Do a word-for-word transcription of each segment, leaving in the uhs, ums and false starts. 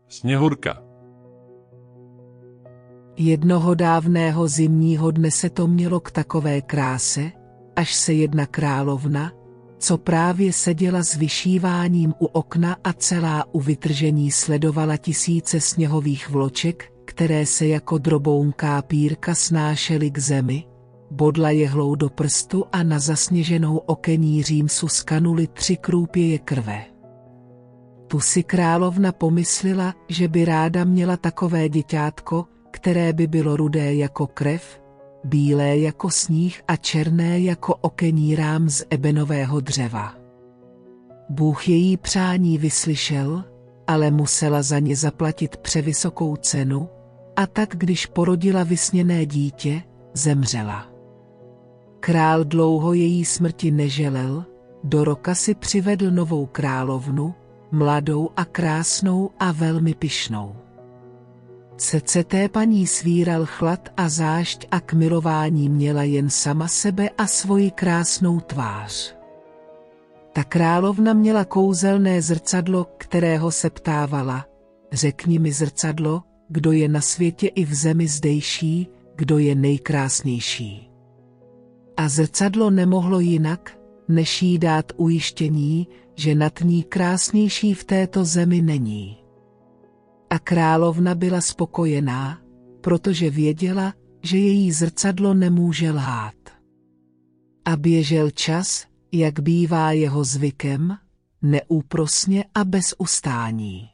Sněhurka. Jednoho dávného zimního dne se to mělo k takové kráse, až se jedna královna, co právě seděla s vyšíváním u okna a celá u vytržení sledovala tisíce sněhových vloček, které se jako drobounká pírka snášely k zemi, bodla jehlou do prstu a na zasněženou okení římsu skanuly tři krůpěje krve. Tu si královna pomyslela, že by ráda měla takové děťátko, které by bylo rudé jako krev, bílé jako sníh a černé jako okenní rám z ebenového dřeva. Bůh její přání vyslyšel, ale musela za ně zaplatit převysokou cenu, a tak když porodila vysněné dítě, zemřela. Král dlouho její smrti neželel, do roka si přivedl novou královnu, mladou a krásnou a velmi pyšnou. Srdce té paní svíral chlad a zášť a k milování měla jen sama sebe a svoji krásnou tvář. Ta královna měla kouzelné zrcadlo, kterého se ptávala: řekni mi, zrcadlo, kdo je na světě i v zemi zdejší, kdo je nejkrásnější. A zrcadlo nemohlo jinak, než jí dát ujištění, že nad ní krásnější v této zemi není. A královna byla spokojená, protože věděla, že její zrcadlo nemůže lhát. A běžel čas, jak bývá jeho zvykem, neúprosně a bez ustání.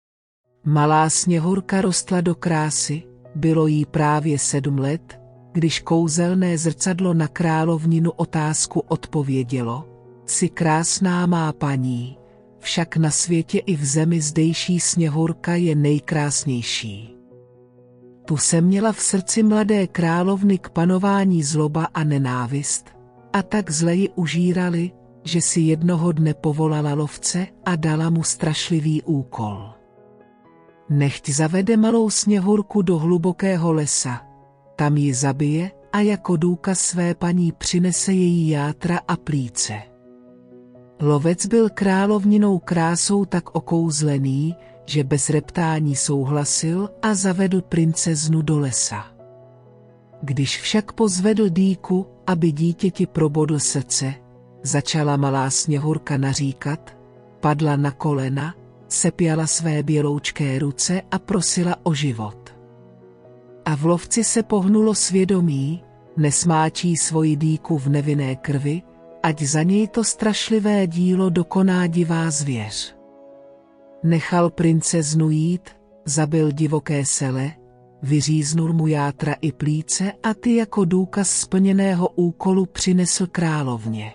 Malá Sněhurka rostla do krásy, bylo jí právě sedm let, když kouzelné zrcadlo na královninu otázku odpovědělo: jsi krásná, má paní, však na světě i v zemi zdejší Sněhurka je nejkrásnější. Tu se měla v srdci mladé královny k panování zloba a nenávist, a tak zle ji užírali, že si jednoho dne povolala lovce a dala mu strašlivý úkol. Nechť zavede malou Sněhurku do hlubokého lesa, tam ji zabije a jako důkaz své paní přinese její játra a plíce. Lovec byl královninou krásou tak okouzlený, že bez reptání souhlasil a zavedl princeznu do lesa. Když však pozvedl dýku, aby dítěti probodl srdce, začala malá Sněhurka naříkat, padla na kolena, sepěla své běloučké ruce a prosila o život. A v lovci se pohnulo svědomí, nesmáčí svoji dýku v nevinné krvi, ať za něj to strašlivé dílo dokoná divá zvěř. Nechal princeznu jít, zabil divoké sele, vyříznul mu játra i plíce a ty jako důkaz splněného úkolu přinesl královně.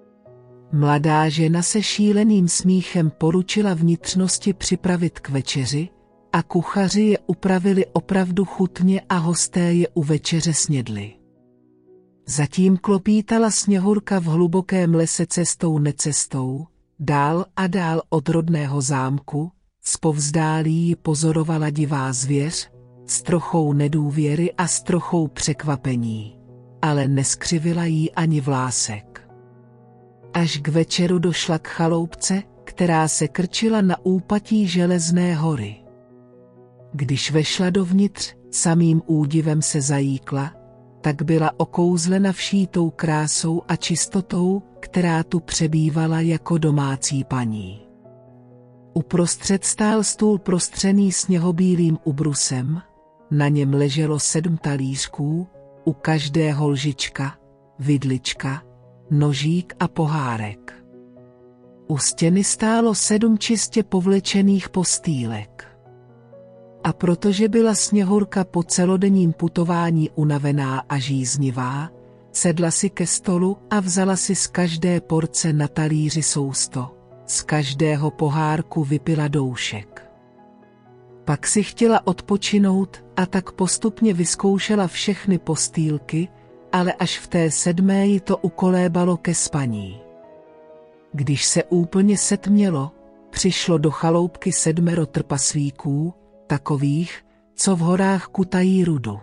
Mladá žena se šíleným smíchem poručila vnitřnosti připravit k večeři, a kuchaři je upravili opravdu chutně a hosté je u večeře snědli. Zatím klopítala Sněhurka v hlubokém lese cestou necestou, dál a dál od rodného zámku, zpovzdálí ji pozorovala divá zvěř, s trochou nedůvěry a s trochou překvapení, ale neskřivila jí ani vlásek. Až k večeru došla k chaloupce, která se krčila na úpatí Železné hory. Když vešla dovnitř, samým údivem se zajíkla, tak byla okouzlena vší tou krásou a čistotou, která tu přebývala jako domácí paní. Uprostřed stál stůl prostřený sněhobílým ubrusem, na něm leželo sedm talířků, u každého lžička, vidlička, nožík a pohárek. U stěny stálo sedm čistě povlečených postýlek. A protože byla Sněhurka po celodenním putování unavená a žíznivá, sedla si ke stolu a vzala si z každé porce na talíři sousto, z každého pohárku vypila doušek. Pak si chtěla odpočinout a tak postupně vyzkoušela všechny postýlky, ale až v té sedmé ji to ukolébalo ke spaní. Když se úplně setmělo, přišlo do chaloupky sedmero trpaslíků, takových, co v horách kutají rudu.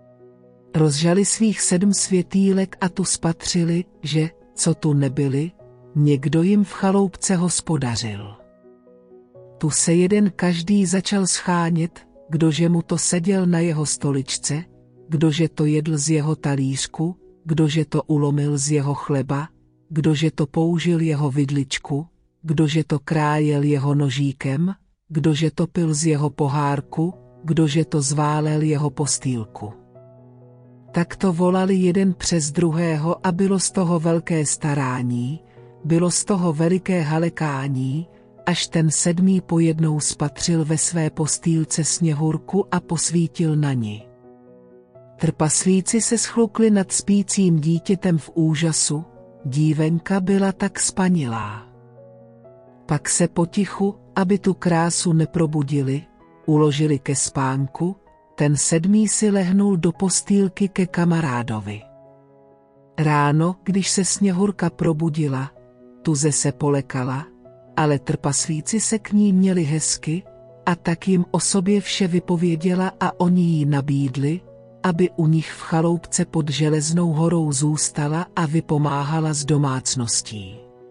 Rozžali svých sedm světýlek a tu spatřili, že, co tu nebyli, někdo jim v chaloupce hospodařil. Tu se jeden každý začal schánět, kdože mu to seděl na jeho stoličce, kdože to jedl z jeho talířku, kdože to ulomil z jeho chleba, kdože to použil jeho vidličku, kdože to krájel jeho nožíkem, kdože to pil z jeho pohárku, kdože to zválel jeho postýlku. Tak to volali jeden přes druhého a bylo z toho velké starání, bylo z toho veliké halekání, až ten sedmý pojednou spatřil ve své postýlce Sněhurku a posvítil na ni. Trpaslíci se schlukli nad spícím dítětem v úžasu, dívenka byla tak spanilá. Pak se potichu, aby tu krásu neprobudili, uložili ke spánku, ten sedmý si lehnul do postýlky ke kamarádovi. Ráno, když se Sněhurka probudila, tuze se polekala, ale trpaslíci se k ní měli hezky, a tak jim o sobě vše vypověděla a oni jí nabídli, aby u nich v chaloupce pod Železnou horou zůstala a vypomáhala s domácností.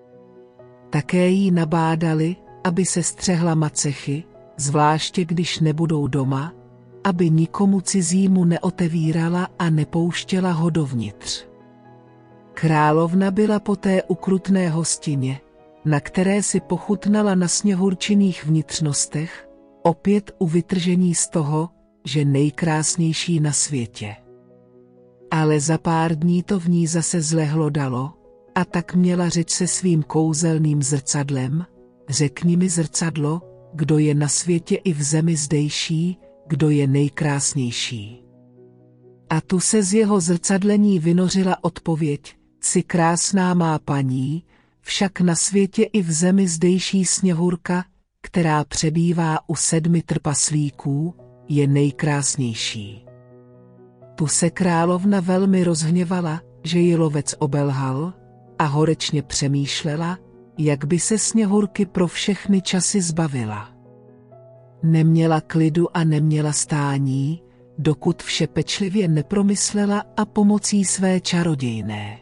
Také jí nabádali, aby se střehla macechy, zvláště když nebudou doma, aby nikomu cizímu neotevírala a nepouštěla ho dovnitř. Královna byla poté u krutné hostině, na které si pochutnala na Sněhurčiných vnitřnostech, opět u vytržení z toho, že nejkrásnější na světě. Ale za pár dní to v ní zase zlehlo dalo, a tak měla řeč se svým kouzelným zrcadlem: řekni mi, zrcadlo, kdo je na světě i v zemi zdejší, kdo je nejkrásnější. A tu se z jeho zrcadlení vynořila odpověď: jsi krásná, má paní, však na světě i v zemi zdejší Sněhurka, která přebývá u sedmi trpaslíků, je nejkrásnější. Tu se královna velmi rozhněvala, že ji lovec obelhal, a horečně přemýšlela, jak by se Sněhurky pro všechny časy zbavila. Neměla klidu a neměla stání, dokud vše pečlivě nepromyslela a pomocí své čarodějné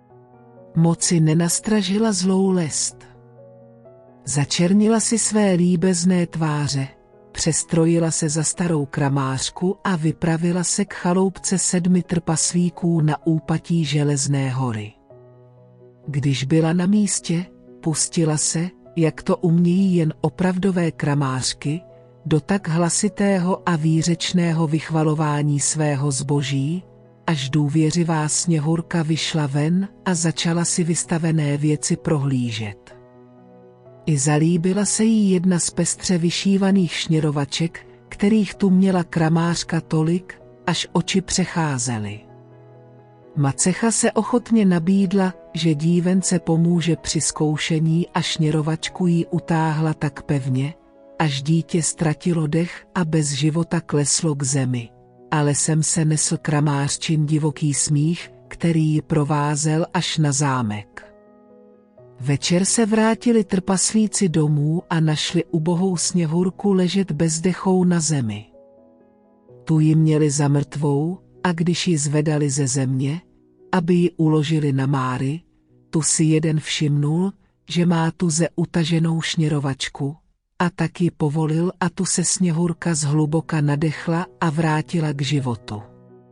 moci nenastražila zlou lest. Začernila si své líbezné tváře, přestrojila se za starou kramářku a vypravila se k chaloupce sedmi trpaslíků na úpatí Železné hory. Když byla na místě, pustila se, jak to umějí jen opravdové kramářky, do tak hlasitého a výřečného vychvalování svého zboží, až důvěřivá Sněhurka vyšla ven a začala si vystavené věci prohlížet. I zalíbila se jí jedna z pestře vyšívaných šněrovaček, kterých tu měla kramářka tolik, až oči přecházely. Macecha se ochotně nabídla, že dívence pomůže při zkoušení, a šněrovačku jí utáhla tak pevně, až dítě ztratilo dech a bez života kleslo k zemi. Ale sem se nesl kramářčin divoký smích, který ji provázel až na zámek. Večer se vrátili trpaslíci domů a našli ubohou Sněhurku ležet bezdechou na zemi. Tu ji měli za mrtvou, a když ji zvedali ze země, aby ji uložili na máry, tu si jeden všimnul, že má tuze utaženou šněrovačku, a tak ji povolil a tu se Sněhurka zhluboka nadechla a vrátila k životu.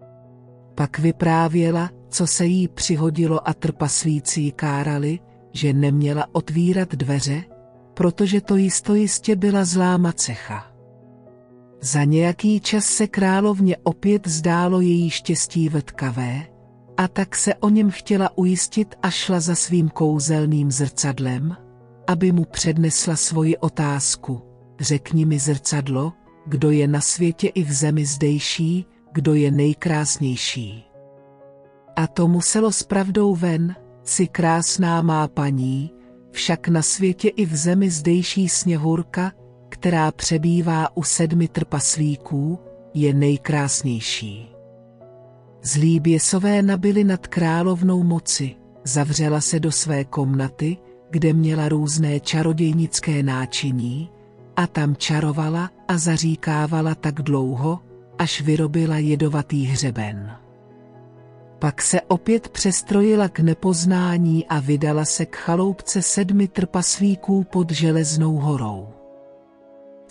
Pak vyprávěla, co se jí přihodilo, a trpaslíci ji kárali, že neměla otvírat dveře, protože to jistojistě byla zlá macecha. Za nějaký čas se královně opět zdálo její štěstí vrtkavé, a tak se o něm chtěla ujistit a šla za svým kouzelným zrcadlem, aby mu přednesla svoji otázku: řekni mi, zrcadlo, kdo je na světě i v zemi zdejší, kdo je nejkrásnější. A to muselo s pravdou ven: jsi krásná, má paní, však na světě i v zemi zdejší Sněhurka, která přebývá u sedmi trpaslíků, je nejkrásnější. Zlí běsové nabyli nad královnou moci, zavřela se do své komnaty, kde měla různé čarodějnické náčiní, a tam čarovala a zaříkávala tak dlouho, až vyrobila jedovatý hřeben. Pak se opět přestrojila k nepoznání a vydala se k chaloupce sedmi trpaslíků pod Železnou horou.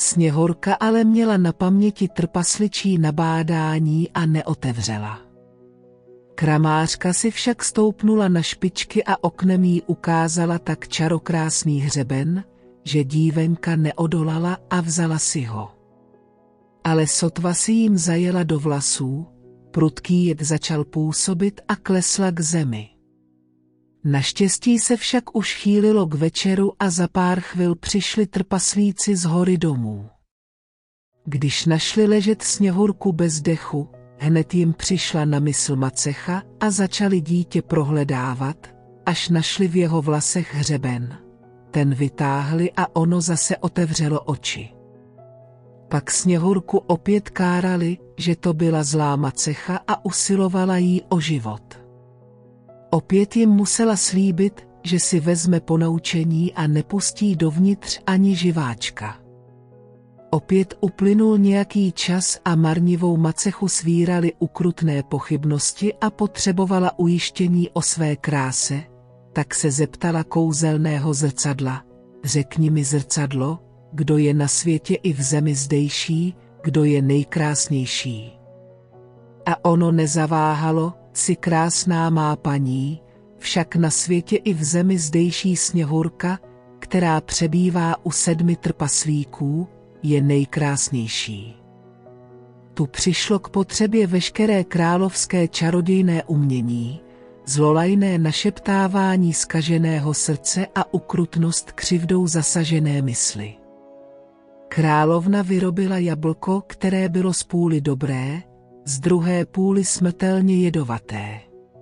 Sněhurka ale měla na paměti trpasličí nabádání a neotevřela. Kramářka si však stoupnula na špičky a oknem jí ukázala tak čarokrásný hřeben, že dívenka neodolala a vzala si ho. Ale sotva si jim zajela do vlasů, prudký jed začal působit a klesla k zemi. Naštěstí se však už chýlilo k večeru a za pár chvil přišli trpaslíci z hory domů. Když našli ležet Sněhurku bez dechu, hned jim přišla na mysl macecha a začali dítě prohledávat, až našli v jeho vlasech hřeben. Ten vytáhli a ono zase otevřelo oči. Pak Sněhurku opět kárali, že to byla zlá macecha a usilovala jí o život. Opět jim musela slíbit, že si vezme ponaučení a nepustí dovnitř ani živáčka. Opět uplynul nějaký čas a marnivou macechu svírali ukrutné pochybnosti a potřebovala ujištění o své kráse, tak se zeptala kouzelného zrcadla: řekni mi, zrcadlo, kdo je na světě i v zemi zdejší, kdo je nejkrásnější. A ono nezaváhalo: jsi krásná, má paní, však na světě i v zemi zdejší Sněhurka, která přebývá u sedmi trpaslíků, je nejkrásnější. Tu přišlo k potřebě veškeré královské čarodějné umění, zlolajné našeptávání zkaženého srdce a ukrutnost křivdou zasažené mysli. Královna vyrobila jablko, které bylo z půli dobré, z druhé půli smrtelně jedovaté.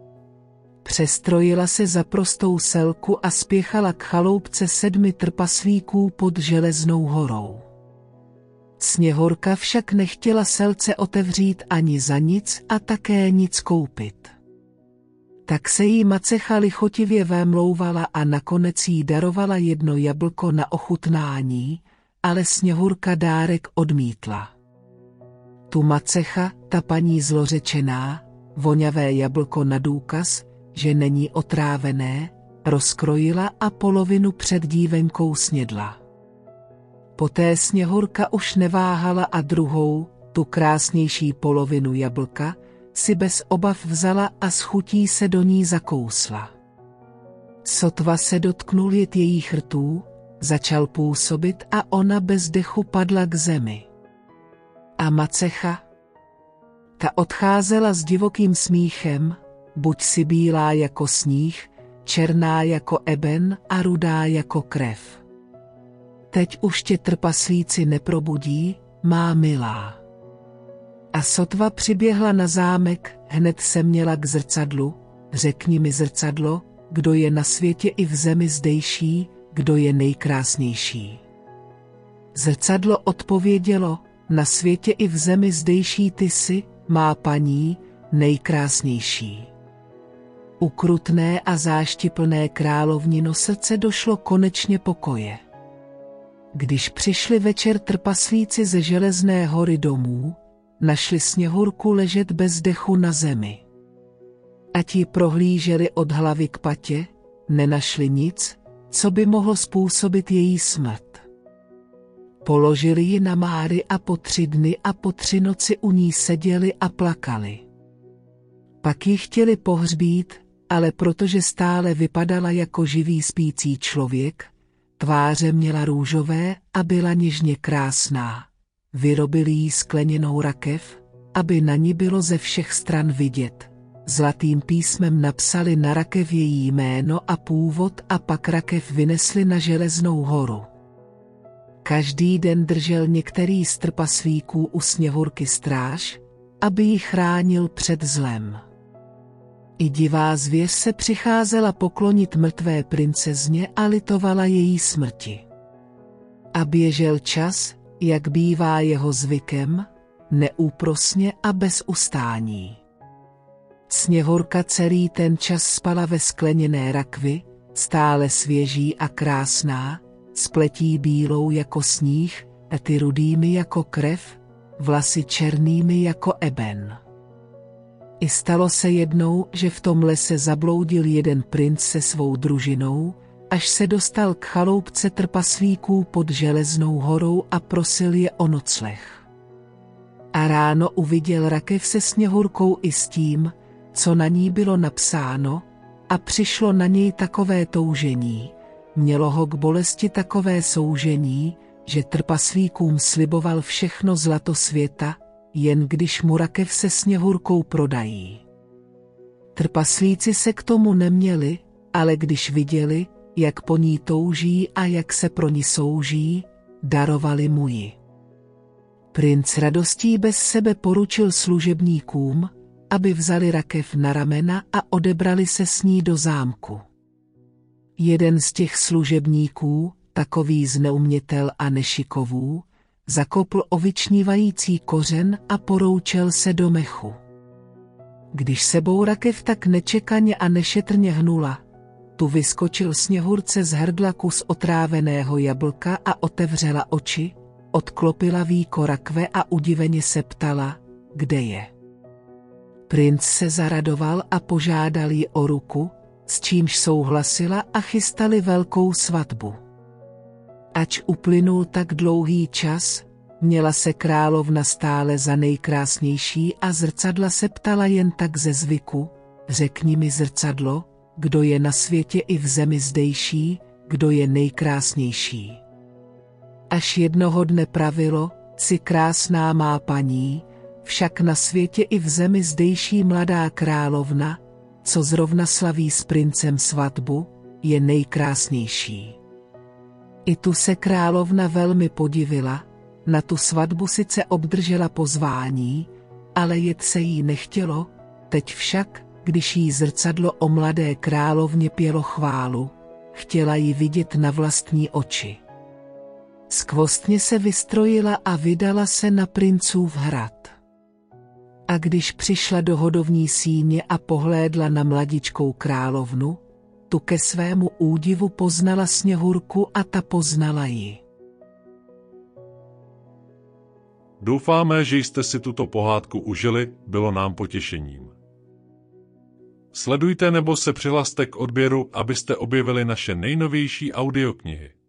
Přestrojila se za prostou selku a spěchala k chaloupce sedmi trpaslíků pod Železnou horou. Sněhurka však nechtěla selce otevřít ani za nic a také nic koupit. Tak se jí macecha lichotivě vémlouvala a nakonec jí darovala jedno jablko na ochutnání, ale Sněhurka dárek odmítla. Tu macecha, ta paní zlořečená, voňavé jablko na důkaz, že není otrávené, rozkrojila a polovinu před dívenkou snědla. Poté Sněhurka už neváhala a druhou, tu krásnější polovinu jablka, si bez obav vzala a s chutí se do ní zakousla. Sotva se dotknul jed jejích rtů, začal působit a ona bez dechu padla k zemi. A macecha? Ta odcházela s divokým smíchem, buď si bílá jako sníh, černá jako eben a rudá jako krev. Teď už tě trpaslíci neprobudí, má milá. A sotva přiběhla na zámek, hned se měla k zrcadlu: řekni mi, zrcadlo, kdo je na světě i v zemi zdejší, kdo je nejkrásnější. Zrcadlo odpovědělo: na světě i v zemi zdejší ty jsi, má paní, nejkrásnější. Ukrutné a záštiplné královnino srdce došlo konečně pokoje. Když přišli večer trpaslíci ze Železné hory domů, našli Sněhurku ležet bez dechu na zemi. Ať ji prohlíželi od hlavy k patě, nenašli nic, co by mohlo způsobit její smrt. Položili ji na máry a po tři dny a po tři noci u ní seděli a plakali. Pak ji chtěli pohřbít, ale protože stále vypadala jako živý spící člověk, tváře měla růžové a byla něžně krásná, vyrobili jí skleněnou rakev, aby na ní bylo ze všech stran vidět. Zlatým písmem napsali na rakev její jméno a původ a pak rakev vynesli na Železnou horu. Každý den držel některý z trpaslíků u Sněhurky stráž, aby ji chránil před zlem. I divá zvěř se přicházela poklonit mrtvé princezně a litovala její smrti. A běžel čas, jak bývá jeho zvykem, neúprosně a bez ustání. Sněhurka celý ten čas spala ve skleněné rakvi, stále svěží a krásná, s pletí bílou jako sníh, ty rudými jako krev, vlasy černými jako eben. I stalo se jednou, že v tom lese zabloudil jeden princ se svou družinou, až se dostal k chaloupce trpaslíků pod Železnou horou a prosil je o nocleh. A ráno uviděl rakev se Sněhurkou i s tím, co na ní bylo napsáno, a přišlo na něj takové toužení, mělo ho k bolesti takové soužení, že trpaslíkům sliboval všechno zlato světa, jen když mu rakev se Sněhurkou prodají. Trpaslíci se k tomu neměli, ale když viděli, jak po ní touží a jak se pro ní souží, darovali mu ji. Princ radostí bez sebe poručil služebníkům, aby vzali rakev na ramena a odebrali se s ní do zámku. Jeden z těch služebníků, takový zneumětel a nešikovů, zakopl ovyčnívající kořen a poroučel se do mechu. Když sebou rakev tak nečekaně a nešetrně hnula, tu vyskočil Sněhurce z hrdla kus otráveného jablka a otevřela oči, odklopila víko rakve a udiveně se ptala, kde je. Princ se zaradoval a požádal ji o ruku, s čímž souhlasila a chystali velkou svatbu. Ač uplynul tak dlouhý čas, měla se královna stále za nejkrásnější a zrcadla se ptala jen tak ze zvyku, řekni mi zrcadlo, kdo je na světě i v zemi zdejší, kdo je nejkrásnější. Až jednoho dne pravilo, si krásná má paní, však na světě i v zemi zdejší mladá královna, co zrovna slaví s princem svatbu, je nejkrásnější. I tu se královna velmi podivila, na tu svatbu sice obdržela pozvání, ale jet se jí nechtělo, teď však, když jí zrcadlo o mladé královně pělo chválu, chtěla ji vidět na vlastní oči. Skvostně se vystrojila a vydala se na princův hrad. A když přišla do hodovní síně a pohlédla na mladičkou královnu, tu ke svému údivu poznala Sněhurku a ta poznala ji. Doufáme, že jste si tuto pohádku užili, bylo nám potěšením. Sledujte nebo se přihlaste k odběru, abyste objevili naše nejnovější audioknihy.